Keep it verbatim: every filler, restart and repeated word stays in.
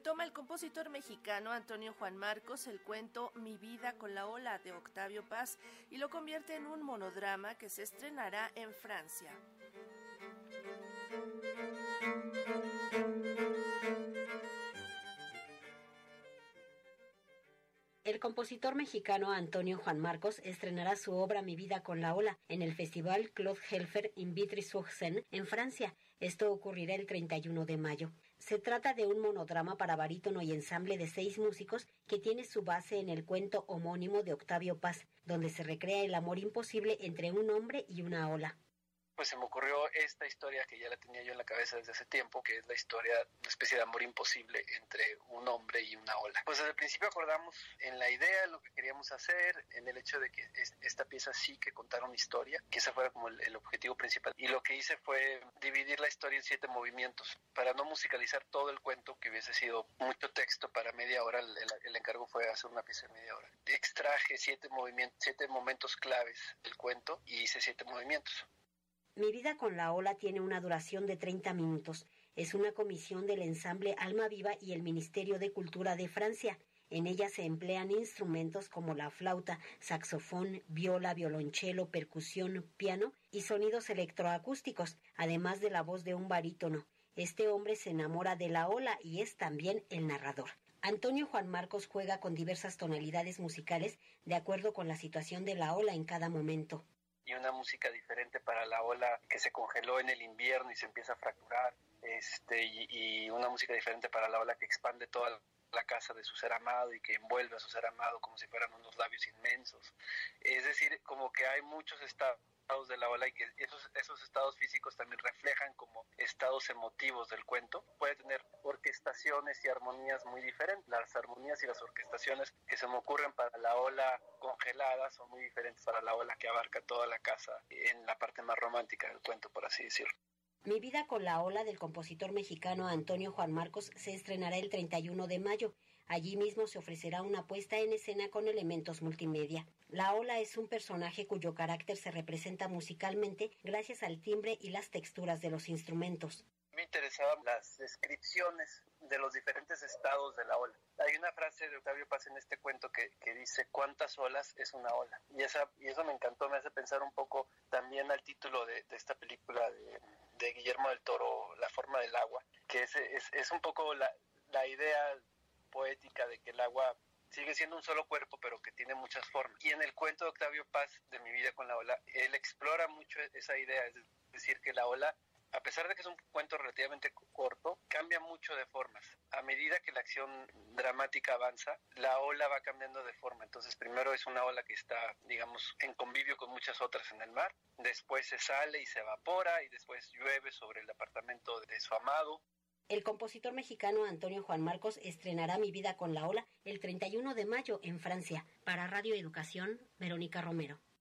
retoma el compositor mexicano Antonio Juan Marcos el cuento Mi vida con la ola de Octavio Paz y lo convierte en un monodrama que se estrenará en Francia. El compositor mexicano Antonio Juan Marcos estrenará su obra Mi vida con la ola en el festival Claude Helfer in Vitry-sur-Seine en Francia. Esto ocurrirá el treinta y uno de mayo. Se trata de un monodrama para barítono y ensamble de seis músicos que tiene su base en el cuento homónimo de Octavio Paz, donde se recrea el amor imposible entre un hombre y una ola. Pues se me ocurrió esta historia que ya la tenía yo en la cabeza desde hace tiempo, que es la historia, una especie de amor imposible entre un hombre y una ola. Pues desde el principio acordamos en la idea, en lo que queríamos hacer, en el hecho de que esta pieza sí que contara una historia, que ese fuera como el, el objetivo principal. Y lo que hice fue dividir la historia en siete movimientos, para no musicalizar todo el cuento, que hubiese sido mucho texto para media hora. El, el, el encargo fue hacer una pieza de media hora. Extraje siete movimientos, siete momentos claves del cuento y hice siete movimientos. Mi vida con la ola tiene una duración de treinta minutos. Es una comisión del ensamble Alma Viva y el Ministerio de Cultura de Francia. En ella se emplean instrumentos como la flauta, saxofón, viola, violonchelo, percusión, piano y sonidos electroacústicos, además de la voz de un barítono. Este hombre se enamora de la ola y es también el narrador. Antonio Juan Marcos juega con diversas tonalidades musicales de acuerdo con la situación de la ola en cada momento. Y una música diferente para la ola que se congeló en el invierno y se empieza a fracturar, este, y, y una música diferente para la ola que expande toda la casa de su ser amado y que envuelve a su ser amado como si fueran unos labios inmensos. Es decir, como que hay muchos estados de la ola y que esos, esos estados físicos también reflejan como estados emotivos del cuento. Puede tener orquestaciones y armonías muy diferentes. Las armonías y las orquestaciones que se me ocurren para la ola congelada son muy diferentes para la ola que abarca toda la casa en la parte más romántica del cuento, por así decirlo. Mi vida con la ola del compositor mexicano Antonio Juan Marcos se estrenará el treinta y uno de mayo. Allí mismo se ofrecerá una puesta en escena con elementos multimedia. La ola es un personaje cuyo carácter se representa musicalmente gracias al timbre y las texturas de los instrumentos. Me interesaban las descripciones de los diferentes estados de la ola. Hay una frase de Octavio Paz en este cuento que, que dice ¿cuántas olas es una ola? Y, esa, y eso me encantó, me hace pensar un poco también al título de, de esta película de, de Guillermo del Toro, La forma del agua, que es, es, es un poco la, la idea poética de que el agua sigue siendo un solo cuerpo, pero que tiene muchas formas. Y en el cuento de Octavio Paz, de Mi vida con la ola, él explora mucho esa idea, es decir, que la ola, a pesar de que es un cuento relativamente corto, cambia mucho de formas. A medida que la acción dramática avanza, la ola va cambiando de forma. Entonces, primero es una ola que está, digamos, en convivio con muchas otras en el mar. Después se sale y se evapora y después llueve sobre el apartamento de su amado. El compositor mexicano Antonio Juan Marcos estrenará Mi vida con la ola el treinta y uno de mayo en Francia. Para Radio Educación, Verónica Romero.